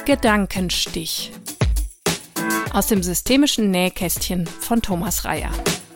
Gedankenstich. Aus dem systemischen Nähkästchen von Thomas Reyer.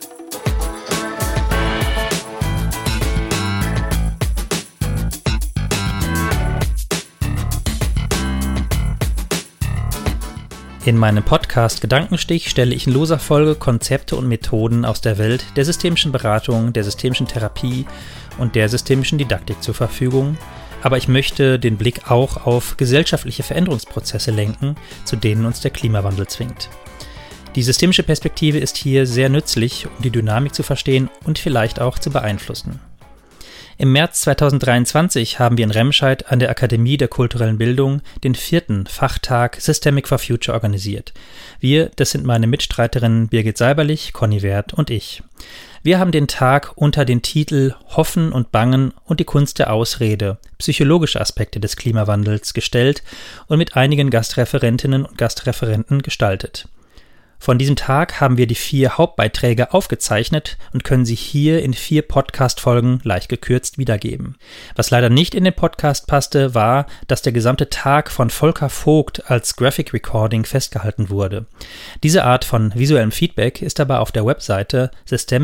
In meinem Podcast Gedankenstich stelle ich in loser Folge Konzepte und Methoden aus der Welt der systemischen Beratung, der systemischen Therapie und der systemischen Didaktik zur Verfügung. Aber ich möchte den Blick auch auf gesellschaftliche Veränderungsprozesse lenken, zu denen uns der Klimawandel zwingt. Die systemische Perspektive ist hier sehr nützlich, um die Dynamik zu verstehen und vielleicht auch zu beeinflussen. Im März 2023 haben wir in Remscheid an der Akademie der kulturellen Bildung den 4. Fachtag Systemic for Future organisiert. Wir, das sind meine Mitstreiterinnen Birgit Seiberlich, Conny Werth und ich. Wir haben den Tag unter den Titel Hoffen und Bangen und die Kunst der Ausrede, psychologische Aspekte des Klimawandels gestellt und mit einigen Gastreferentinnen und Gastreferenten gestaltet. Von diesem Tag haben wir die 4 Hauptbeiträge aufgezeichnet und können sie hier in 4 Podcast-Folgen leicht gekürzt wiedergeben. Was leider nicht in den Podcast passte, war, dass der gesamte Tag von Volker Vogt als Graphic Recording festgehalten wurde. Diese Art von visuellem Feedback ist aber auf der Webseite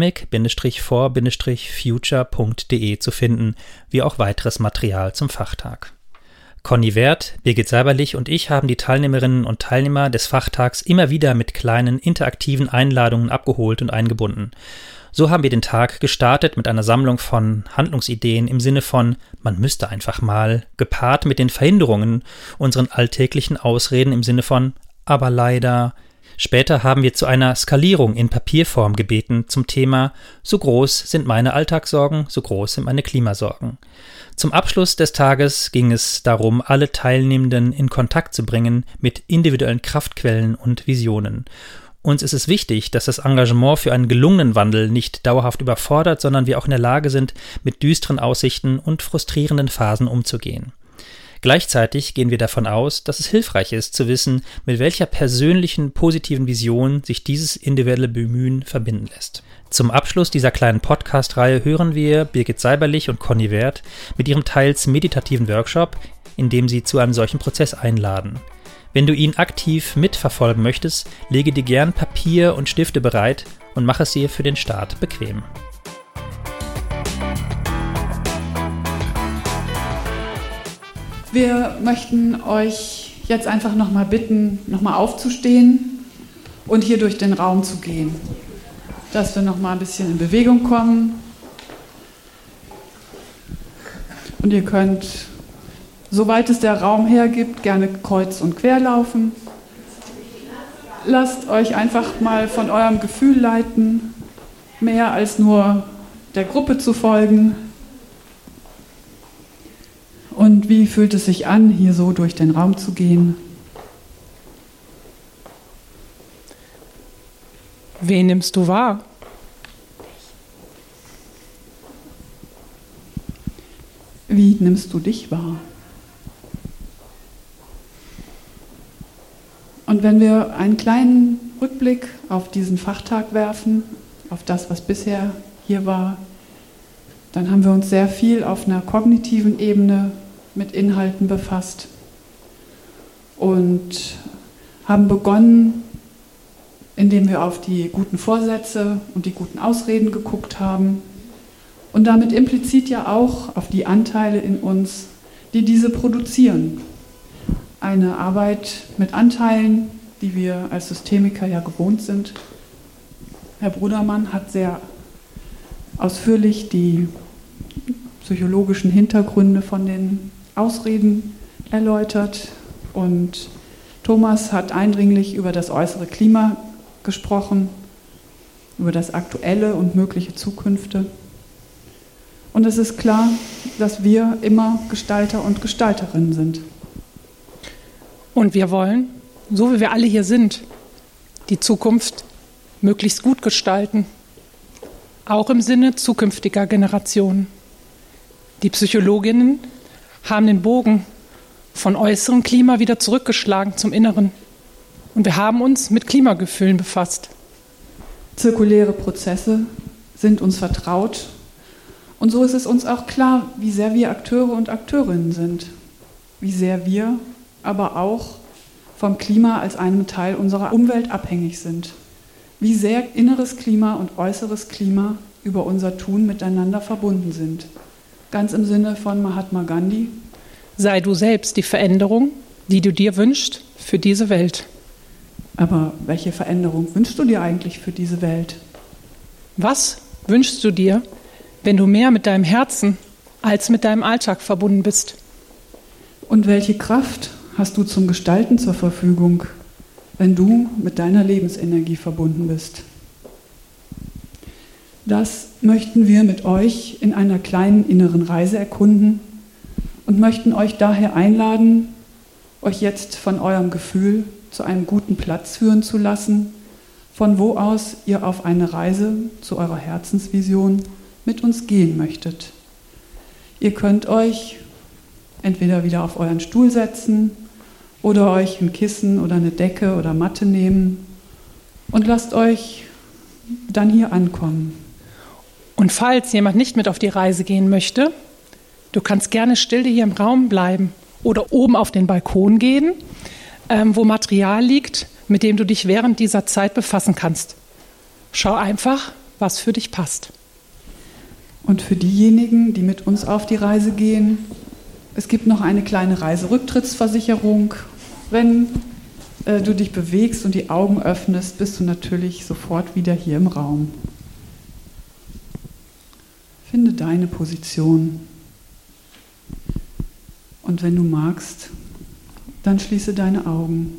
systemic-for-future.de zu finden, wie auch weiteres Material zum Fachtag. Conny Werth, Birgit Seiberlich und ich haben die Teilnehmerinnen und Teilnehmer des Fachtags immer wieder mit kleinen interaktiven Einladungen abgeholt und eingebunden. So haben wir den Tag gestartet mit einer Sammlung von Handlungsideen im Sinne von man müsste einfach mal, gepaart mit den Verhinderungen, unseren alltäglichen Ausreden im Sinne von aber leider. Später haben wir zu einer Skalierung in Papierform gebeten zum Thema so groß sind meine Alltagssorgen, so groß sind meine Klimasorgen. Zum Abschluss des Tages ging es darum, alle Teilnehmenden in Kontakt zu bringen mit individuellen Kraftquellen und Visionen. Uns ist es wichtig, dass das Engagement für einen gelungenen Wandel nicht dauerhaft überfordert, sondern wir auch in der Lage sind, mit düsteren Aussichten und frustrierenden Phasen umzugehen. Gleichzeitig gehen wir davon aus, dass es hilfreich ist, zu wissen, mit welcher persönlichen, positiven Vision sich dieses individuelle Bemühen verbinden lässt. Zum Abschluss dieser kleinen Podcast-Reihe hören wir Birgit Seiberlich und Conny Werth mit ihrem teils meditativen Workshop, in dem sie zu einem solchen Prozess einladen. Wenn du ihn aktiv mitverfolgen möchtest, lege dir gern Papier und Stifte bereit und mach es dir für den Start bequem. Wir möchten euch jetzt einfach nochmal bitten, nochmal aufzustehen und hier durch den Raum zu gehen. Dass wir nochmal ein bisschen in Bewegung kommen. Und ihr könnt, soweit es der Raum hergibt, gerne kreuz und quer laufen. Lasst euch einfach mal von eurem Gefühl leiten, mehr als nur der Gruppe zu folgen. Und wie fühlt es sich an, hier so durch den Raum zu gehen? Wen nimmst du wahr? Wie nimmst du dich wahr? Und wenn wir einen kleinen Rückblick auf diesen Fachtag werfen, auf das, was bisher hier war, dann haben wir uns sehr viel auf einer kognitiven Ebene mit Inhalten befasst und haben begonnen, indem wir auf die guten Vorsätze und die guten Ausreden geguckt haben und damit implizit ja auch auf die Anteile in uns, die diese produzieren. Eine Arbeit mit Anteilen, die wir als Systemiker ja gewohnt sind. Herr Brudermann hat sehr ausführlich die psychologischen Hintergründe von den Ausreden erläutert und Thomas hat eindringlich über das äußere Klima gesprochen, über das aktuelle und mögliche Zukünfte. Und es ist klar, dass wir immer Gestalter und Gestalterinnen sind. Und wir wollen, so wie wir alle hier sind, die Zukunft möglichst gut gestalten, auch im Sinne zukünftiger Generationen. Die Psychologinnen haben den Bogen von äußerem Klima wieder zurückgeschlagen zum Inneren. Und wir haben uns mit Klimagefühlen befasst. Zirkuläre Prozesse sind uns vertraut. Und so ist es uns auch klar, wie sehr wir Akteure und Akteurinnen sind. Wie sehr wir aber auch vom Klima als einem Teil unserer Umwelt abhängig sind. Wie sehr inneres Klima und äußeres Klima über unser Tun miteinander verbunden sind. Ganz im Sinne von Mahatma Gandhi. Sei du selbst die Veränderung, die du dir wünschst für diese Welt. Aber welche Veränderung wünschst du dir eigentlich für diese Welt? Was wünschst du dir, wenn du mehr mit deinem Herzen als mit deinem Alltag verbunden bist? Und welche Kraft hast du zum Gestalten zur Verfügung, wenn du mit deiner Lebensenergie verbunden bist? Das möchten wir mit euch in einer kleinen inneren Reise erkunden und möchten euch daher einladen, euch jetzt von eurem Gefühl zu einem guten Platz führen zu lassen, von wo aus ihr auf eine Reise zu eurer Herzensvision mit uns gehen möchtet. Ihr könnt euch entweder wieder auf euren Stuhl setzen oder euch ein Kissen oder eine Decke oder Matte nehmen und lasst euch dann hier ankommen. Und falls jemand nicht mit auf die Reise gehen möchte, du kannst gerne still hier im Raum bleiben oder oben auf den Balkon gehen, wo Material liegt, mit dem du dich während dieser Zeit befassen kannst. Schau einfach, was für dich passt. Und für diejenigen, die mit uns auf die Reise gehen, es gibt noch eine kleine Reiserücktrittsversicherung. Wenn du dich bewegst und die Augen öffnest, bist du natürlich sofort wieder hier im Raum. Finde deine Position. Und wenn du magst, dann schließe deine Augen.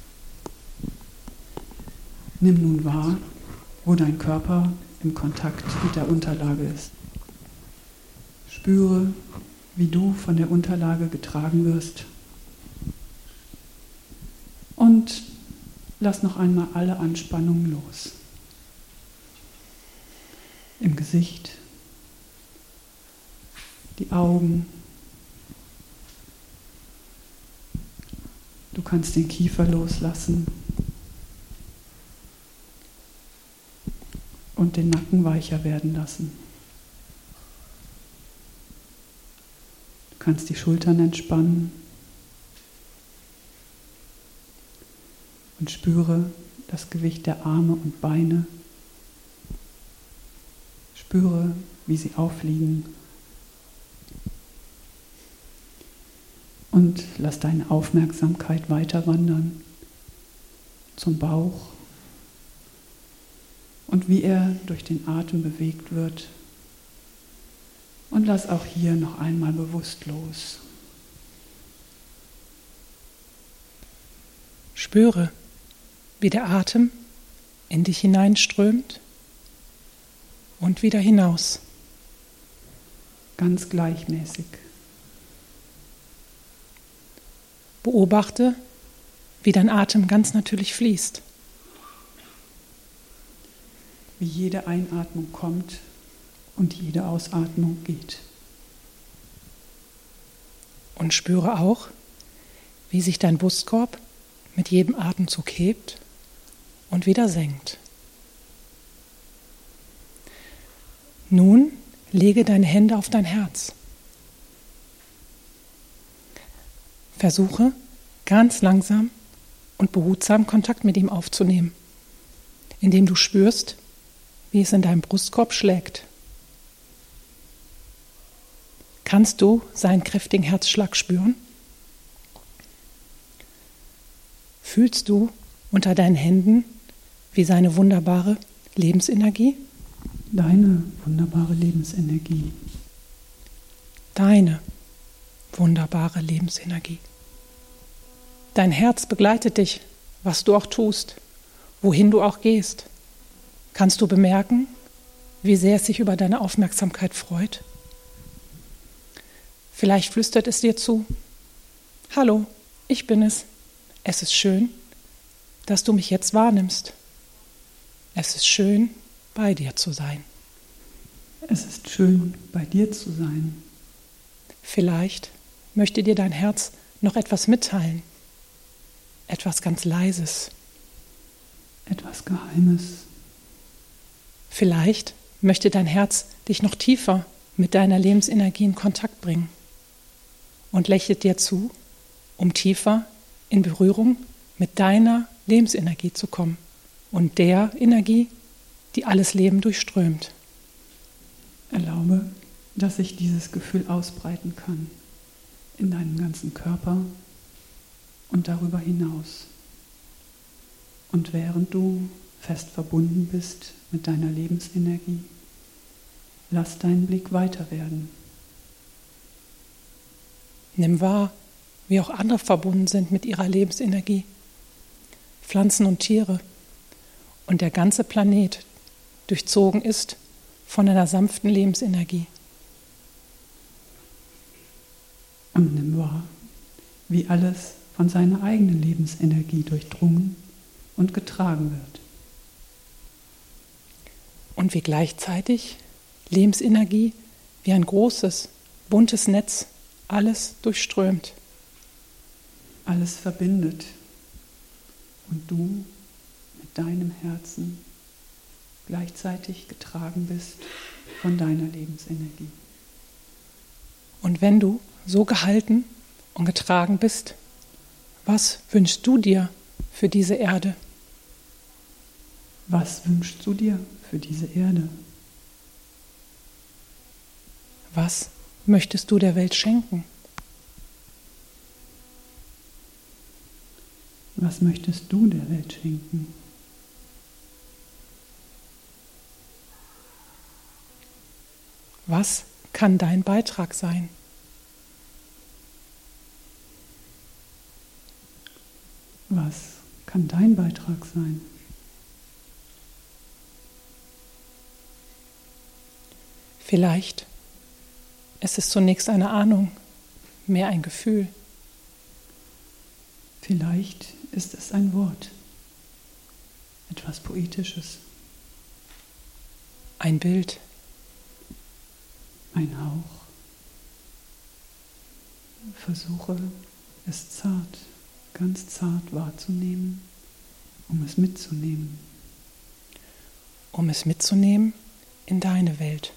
Nimm nun wahr, wo dein Körper im Kontakt mit der Unterlage ist. Spüre, wie du von der Unterlage getragen wirst. Und lass noch einmal alle Anspannung los. Im Gesicht, die Augen. Du kannst den Kiefer loslassen und den Nacken weicher werden lassen. Du kannst die Schultern entspannen und spüre das Gewicht der Arme und Beine. Spüre, wie sie aufliegen. Und lass deine Aufmerksamkeit weiter wandern zum Bauch und wie er durch den Atem bewegt wird. Und lass auch hier noch einmal bewusst los. Spüre, wie der Atem in dich hineinströmt und wieder hinaus. Ganz gleichmäßig. Beobachte, wie dein Atem ganz natürlich fließt. Wie jede Einatmung kommt und jede Ausatmung geht. Und spüre auch, wie sich dein Brustkorb mit jedem Atemzug hebt und wieder senkt. Nun lege deine Hände auf dein Herz. Versuche ganz langsam und behutsam Kontakt mit ihm aufzunehmen, indem du spürst, wie es in deinem Brustkorb schlägt. Kannst du seinen kräftigen Herzschlag spüren? Fühlst du unter deinen Händen wie seine wunderbare Lebensenergie? Deine wunderbare Lebensenergie. Deine wunderbare Lebensenergie. Dein Herz begleitet dich, was du auch tust, wohin du auch gehst. Kannst du bemerken, wie sehr es sich über deine Aufmerksamkeit freut? Vielleicht flüstert es dir zu: Hallo, ich bin es. Es ist schön, dass du mich jetzt wahrnimmst. Es ist schön, bei dir zu sein. Es ist schön, bei dir zu sein. Vielleicht möchte dir dein Herz noch etwas mitteilen. Etwas ganz Leises. Etwas Geheimes. Vielleicht möchte dein Herz dich noch tiefer mit deiner Lebensenergie in Kontakt bringen und lächelt dir zu, um tiefer in Berührung mit deiner Lebensenergie zu kommen und der Energie, die alles Leben durchströmt. Erlaube, dass sich dieses Gefühl ausbreiten kann in deinem ganzen Körper und darüber hinaus. Und während du fest verbunden bist mit deiner Lebensenergie, lass deinen Blick weiter werden. Nimm wahr, wie auch andere verbunden sind mit ihrer Lebensenergie. Pflanzen und Tiere und der ganze Planet durchzogen ist von einer sanften Lebensenergie. Und nimm wahr, wie alles von seiner eigenen Lebensenergie durchdrungen und getragen wird. Und wie gleichzeitig Lebensenergie wie ein großes, buntes Netz alles durchströmt. Alles verbindet und du mit deinem Herzen gleichzeitig getragen bist von deiner Lebensenergie. Und wenn du so gehalten und getragen bist, was wünschst du dir für diese Erde? Was wünschst du dir für diese Erde? Was möchtest du der Welt schenken? Was möchtest du der Welt schenken? Was kann dein Beitrag sein? Was kann dein Beitrag sein? Vielleicht ist es zunächst eine Ahnung, mehr ein Gefühl. Vielleicht ist es ein Wort, etwas Poetisches, Ein Bild, ein Hauch. Versuche es zart, ganz zart wahrzunehmen, um es mitzunehmen. um es mitzunehmen in deine Welt.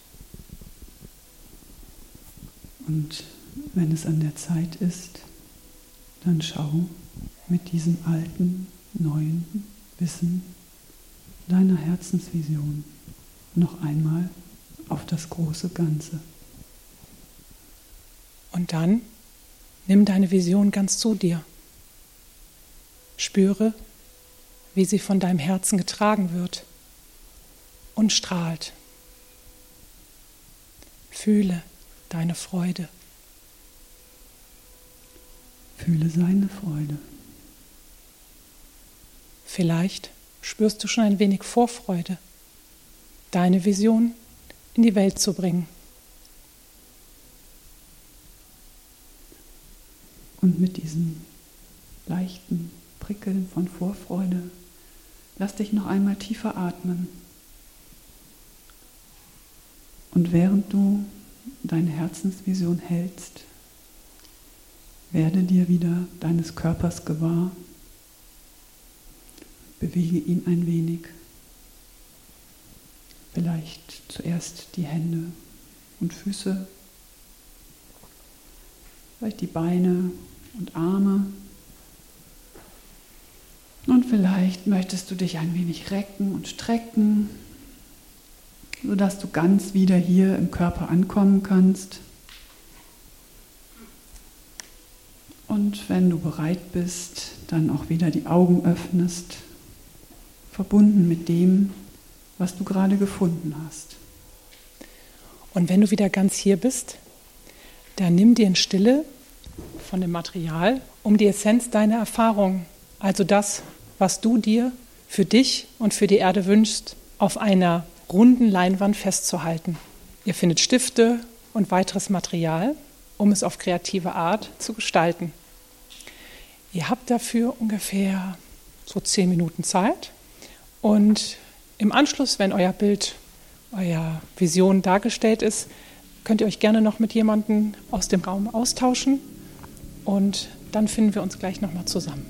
Und wenn es an der Zeit ist, dann schau mit diesem alten, neuen Wissen deiner Herzensvision noch einmal auf das große Ganze. Und dann nimm deine Vision ganz zu dir. Spüre, wie sie von deinem Herzen getragen wird und strahlt. Fühle deine Freude. Fühle seine Freude. Vielleicht spürst du schon ein wenig Vorfreude, deine Vision in die Welt zu bringen. Und mit diesem leichten Prickeln von Vorfreude, lass dich noch einmal tiefer atmen. Und während du deine Herzensvision hältst, werde dir wieder deines Körpers gewahr. Bewege ihn ein wenig. Vielleicht zuerst die Hände und Füße, vielleicht die Beine und Arme. Und vielleicht möchtest du dich ein wenig recken und strecken, sodass du ganz wieder hier im Körper ankommen kannst. Und wenn du bereit bist, dann auch wieder die Augen öffnest, verbunden mit dem, was du gerade gefunden hast. Und wenn du wieder ganz hier bist, dann nimm dir in Stille von dem Material um die Essenz deiner Erfahrung, also das, was du dir für dich und für die Erde wünschst, auf einer runden Leinwand festzuhalten. Ihr findet Stifte und weiteres Material, um es auf kreative Art zu gestalten. Ihr habt dafür ungefähr so 10 Minuten Zeit und im Anschluss, wenn euer Bild, euer Vision dargestellt ist, könnt ihr euch gerne noch mit jemandem aus dem Raum austauschen und dann finden wir uns gleich nochmal zusammen.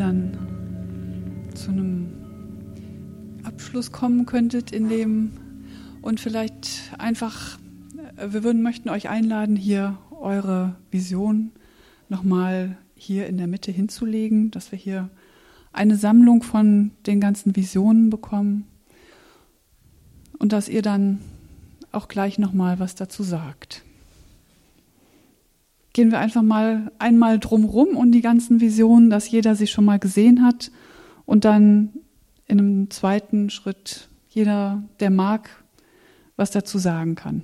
dann zu einem Abschluss kommen könntet und vielleicht einfach, möchten euch einladen, hier eure Vision nochmal hier in der Mitte hinzulegen, dass wir hier eine Sammlung von den ganzen Visionen bekommen und dass ihr dann auch gleich nochmal was dazu sagt. Gehen wir einfach mal einmal drumrum und die ganzen Visionen, dass jeder sie schon mal gesehen hat und dann in einem zweiten Schritt jeder, der mag, was dazu sagen kann.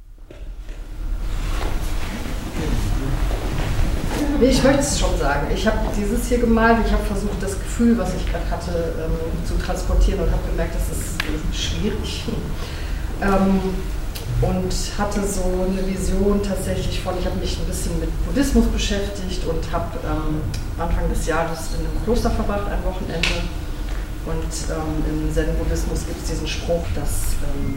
Ich möchte es schon sagen. Ich habe dieses hier gemalt. Ich habe versucht, das Gefühl, was ich gerade hatte, zu transportieren und habe gemerkt, das ist schwierig. Und hatte so eine Vision tatsächlich ich habe mich ein bisschen mit Buddhismus beschäftigt und habe Anfang des Jahres in einem Kloster verbracht, ein Wochenende. Und im Zen-Buddhismus gibt es diesen Spruch, dass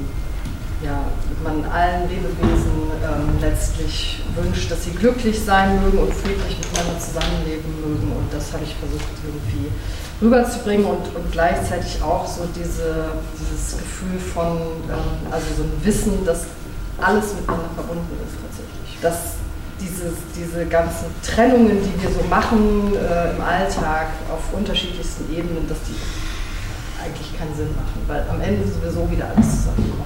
man allen Lebewesen letztlich wünscht, dass sie glücklich sein mögen und friedlich miteinander zusammenleben mögen. Und das habe ich versucht irgendwie rüberzubringen und gleichzeitig auch so dieses Gefühl von, so ein Wissen, dass alles miteinander verbunden ist tatsächlich. Dass diese ganzen Trennungen, die wir so machen im Alltag auf unterschiedlichsten Ebenen, dass die eigentlich keinen Sinn machen, weil am Ende sowieso wieder alles zusammenkommt.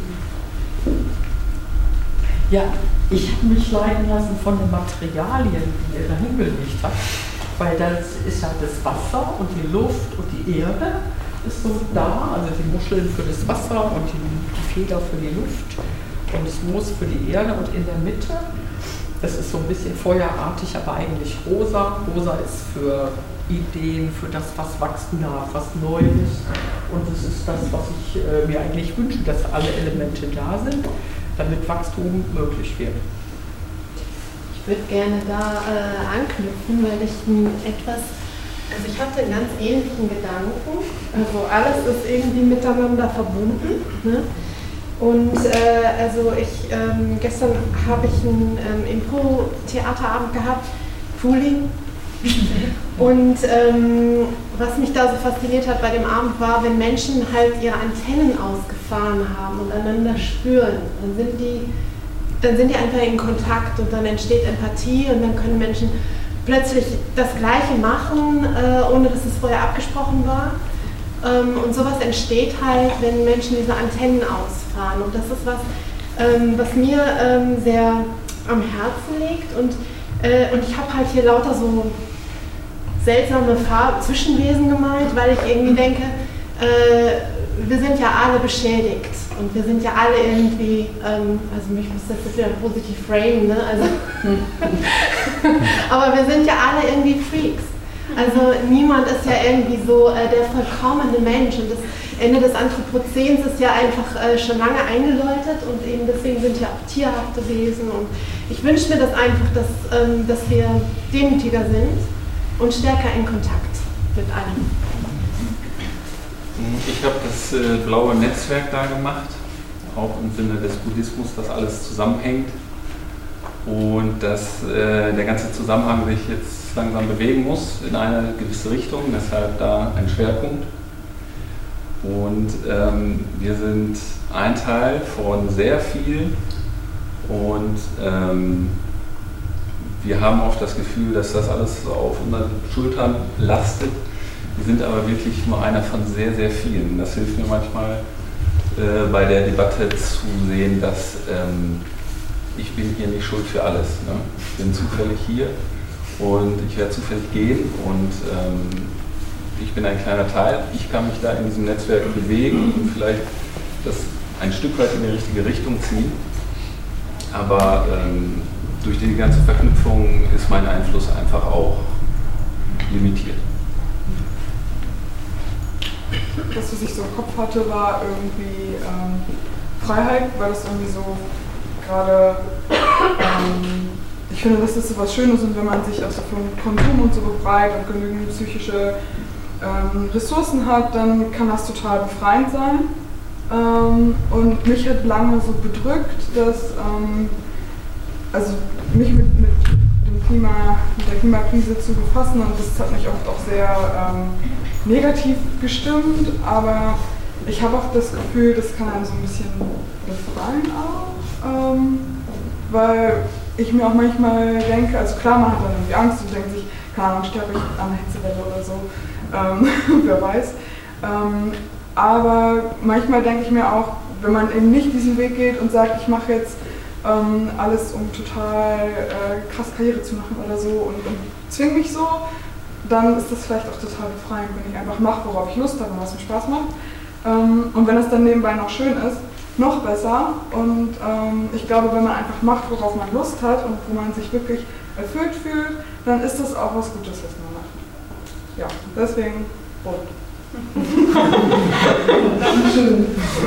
Ja, ich habe mich leiten lassen von den Materialien, die ihr da hingelegt habt, weil das ist ja das Wasser und die Luft und die Erde ist so da, also die Muscheln für das Wasser und die Feder für die Luft und das Moos für die Erde und in der Mitte, das ist so ein bisschen feuerartig, aber eigentlich rosa. Rosa ist für Ideen, für das, was wachsen darf, was Neues. Und das ist das, was ich mir eigentlich wünsche, dass alle Elemente da sind, damit Wachstum möglich wird. Ich würde gerne da anknüpfen, weil ich hatte einen ganz ähnlichen Gedanken. Also alles ist irgendwie miteinander verbunden. Ne? Und gestern habe ich einen Impro-Theaterabend gehabt, Frühling. Und was mich da so fasziniert hat bei dem Abend war, wenn Menschen halt ihre Antennen ausgefahren haben und einander spüren, dann sind die einfach in Kontakt und dann entsteht Empathie und dann können Menschen plötzlich das Gleiche machen, ohne dass es vorher abgesprochen war. Und sowas entsteht halt, wenn Menschen diese Antennen ausfahren. Und das ist was mir sehr am Herzen liegt. Und ich habe halt hier lauter so seltsame Zwischenwesen gemalt, weil ich irgendwie denke, wir sind ja alle beschädigt und wir sind ja alle irgendwie, ich muss das jetzt wieder positiv framen, ne? Aber wir sind ja alle irgendwie Freaks. Also niemand ist ja irgendwie so der vollkommene Mensch und das Ende des Anthropozäns ist ja einfach schon lange eingeläutet und eben deswegen sind ja auch tierhafte Wesen und ich wünsche mir das einfach, dass wir demütiger sind und stärker in Kontakt mit allem. Ich habe das blaue Netzwerk da gemacht, auch im Sinne des Buddhismus, dass alles zusammenhängt und dass der ganze Zusammenhang sich jetzt langsam bewegen muss in eine gewisse Richtung, deshalb da ein Schwerpunkt. Und wir sind ein Teil von sehr viel und wir haben oft das Gefühl, dass das alles auf unseren Schultern lastet. Wir sind aber wirklich nur einer von sehr, sehr vielen. Das hilft mir manchmal bei der Debatte zu sehen, dass ich bin hier nicht schuld für alles. Ne? Ich bin zufällig hier und ich werde zufällig gehen und ich bin ein kleiner Teil. Ich kann mich da in diesem Netzwerk bewegen und vielleicht das ein Stück weit in die richtige Richtung ziehen. Aber durch die ganze Verknüpfung ist mein Einfluss einfach auch limitiert. Das, was ich so im Kopf hatte, war irgendwie Freiheit, weil das irgendwie so gerade, ich finde, das ist so was Schönes und wenn man sich auch so vom Konsum und so befreit und genügend psychische Ressourcen hat, dann kann das total befreiend sein. Und mich hat lange so bedrückt, dass, mich mit dem mit der Klimakrise zu befassen und das hat mich oft auch sehr negativ gestimmt, aber ich habe auch das Gefühl, das kann einen so ein bisschen befreien auch, weil ich mir auch manchmal denke, also klar, man hat dann irgendwie Angst und denkt sich, keine Ahnung, sterbe ich an einer Hitzewelle oder so, wer weiß. Aber manchmal denke ich mir auch, wenn man eben nicht diesen Weg geht und sagt, ich mache jetzt alles, um total krass Karriere zu machen oder so und zwinge mich so, dann ist das vielleicht auch total befreiend, wenn ich einfach mache, worauf ich Lust habe und was mir Spaß macht. Und wenn es dann nebenbei noch schön ist, noch besser. Und ich glaube, wenn man einfach macht, worauf man Lust hat und wo man sich wirklich erfüllt fühlt, dann ist das auch was Gutes, was man macht. Ja, deswegen Rot. Dankeschön.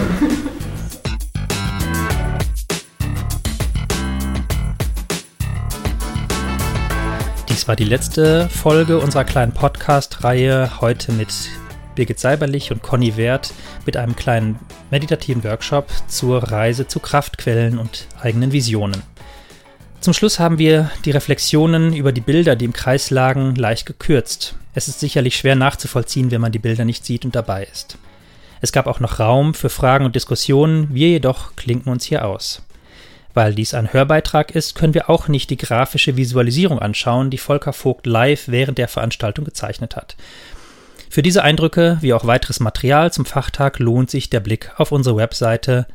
Dies war die letzte Folge unserer kleinen Podcast-Reihe, heute mit Birgit Seiberlich und Conny Werth mit einem kleinen meditativen Workshop zur Reise zu Kraftquellen und eigenen Visionen. Zum Schluss haben wir die Reflexionen über die Bilder, die im Kreis lagen, leicht gekürzt. Es ist sicherlich schwer nachzuvollziehen, wenn man die Bilder nicht sieht und dabei ist. Es gab auch noch Raum für Fragen und Diskussionen, wir jedoch klinken uns hier aus. Weil dies ein Hörbeitrag ist, können wir auch nicht die grafische Visualisierung anschauen, die Volker Vogt live während der Veranstaltung gezeichnet hat. Für diese Eindrücke, wie auch weiteres Material zum Fachtag, lohnt sich der Blick auf unsere Webseite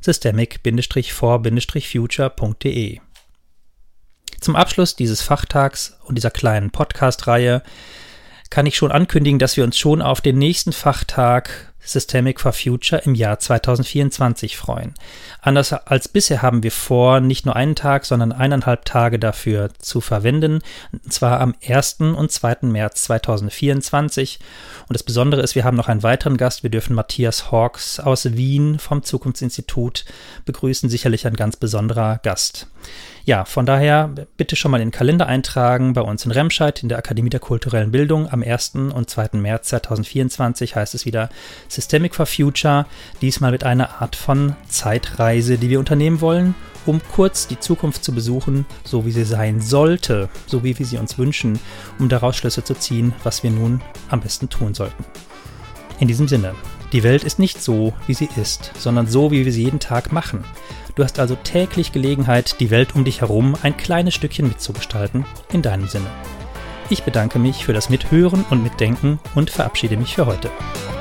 systemic-for-future.de. Zum Abschluss dieses Fachtags und dieser kleinen Podcast-Reihe kann ich schon ankündigen, dass wir uns schon auf den nächsten Fachtag Systemic for Future im Jahr 2024 freuen. Anders als bisher haben wir vor, nicht nur einen Tag, sondern 1,5 Tage dafür zu verwenden, und zwar am 1. und 2. März 2024. Und das Besondere ist, wir haben noch einen weiteren Gast. Wir dürfen Matthias Hawks aus Wien vom Zukunftsinstitut begrüßen, sicherlich ein ganz besonderer Gast. Ja, von daher bitte schon mal in den Kalender eintragen. Bei uns in Remscheid in der Akademie der kulturellen Bildung am 1. und 2. März 2024 heißt es wieder Systemic for Future, diesmal mit einer Art von Zeitreise, die wir unternehmen wollen, um kurz die Zukunft zu besuchen, so wie sie sein sollte, so wie wir sie uns wünschen, um daraus Schlüsse zu ziehen, was wir nun am besten tun sollten. In diesem Sinne, die Welt ist nicht so, wie sie ist, sondern so, wie wir sie jeden Tag machen. Du hast also täglich Gelegenheit, die Welt um dich herum ein kleines Stückchen mitzugestalten, in deinem Sinne. Ich bedanke mich für das Mithören und Mitdenken und verabschiede mich für heute.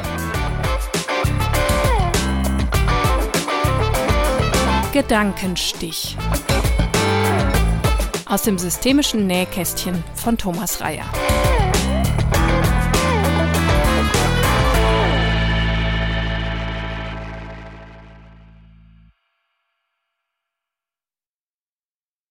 Gedankenstich. Aus dem systemischen Nähkästchen von Thomas Reyer.